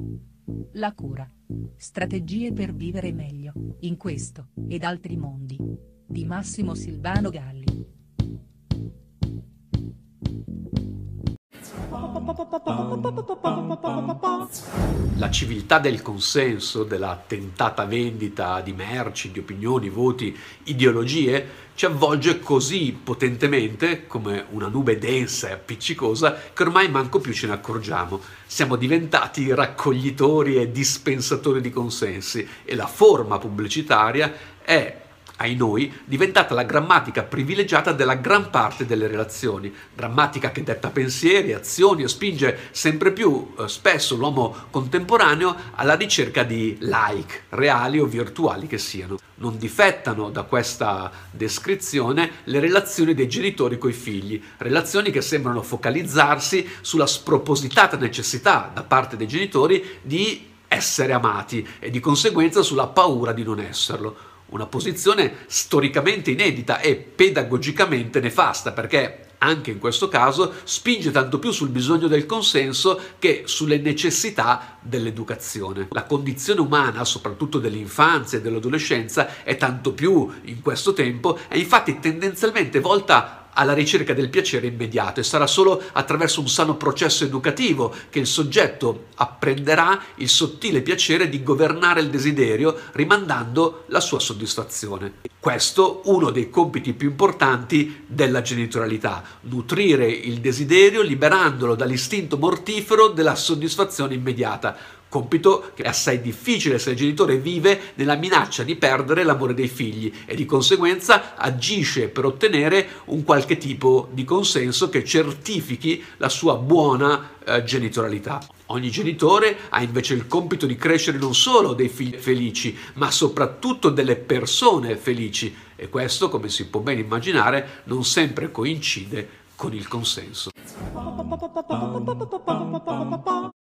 La cura. Strategie per vivere meglio, in questo, ed altri mondi. Di Massimo Silvano Galli. La civiltà del consenso, della tentata vendita di merci, di opinioni, voti, ideologie, ci avvolge così potentemente, come una nube densa e appiccicosa, che ormai manco più ce ne accorgiamo. Siamo diventati raccoglitori e dispensatori di consensi e la forma pubblicitaria è, ai noi, diventata la grammatica privilegiata della gran parte delle relazioni, grammatica che detta pensieri, azioni e spinge sempre più spesso l'uomo contemporaneo alla ricerca di like, reali o virtuali che siano. Non difettano da questa descrizione le relazioni dei genitori coi figli, relazioni che sembrano focalizzarsi sulla spropositata necessità da parte dei genitori di essere amati e di conseguenza sulla paura di non esserlo. Una posizione storicamente inedita e pedagogicamente nefasta, perché anche in questo caso spinge tanto più sul bisogno del consenso che sulle necessità dell'educazione. La condizione umana, soprattutto dell'infanzia e dell'adolescenza, è tanto più in questo tempo, è infatti tendenzialmente volta alla ricerca del piacere immediato e sarà solo attraverso un sano processo educativo che il soggetto apprenderà il sottile piacere di governare il desiderio rimandando la sua soddisfazione. Questo uno dei compiti più importanti della genitorialità, nutrire il desiderio liberandolo dall'istinto mortifero della soddisfazione immediata. Compito che è assai difficile se il genitore vive nella minaccia di perdere l'amore dei figli e di conseguenza agisce per ottenere un qualche tipo di consenso che certifichi la sua buona genitorialità. Ogni genitore ha invece il compito di crescere non solo dei figli felici, ma soprattutto delle persone felici e questo, come si può ben immaginare, non sempre coincide con il consenso.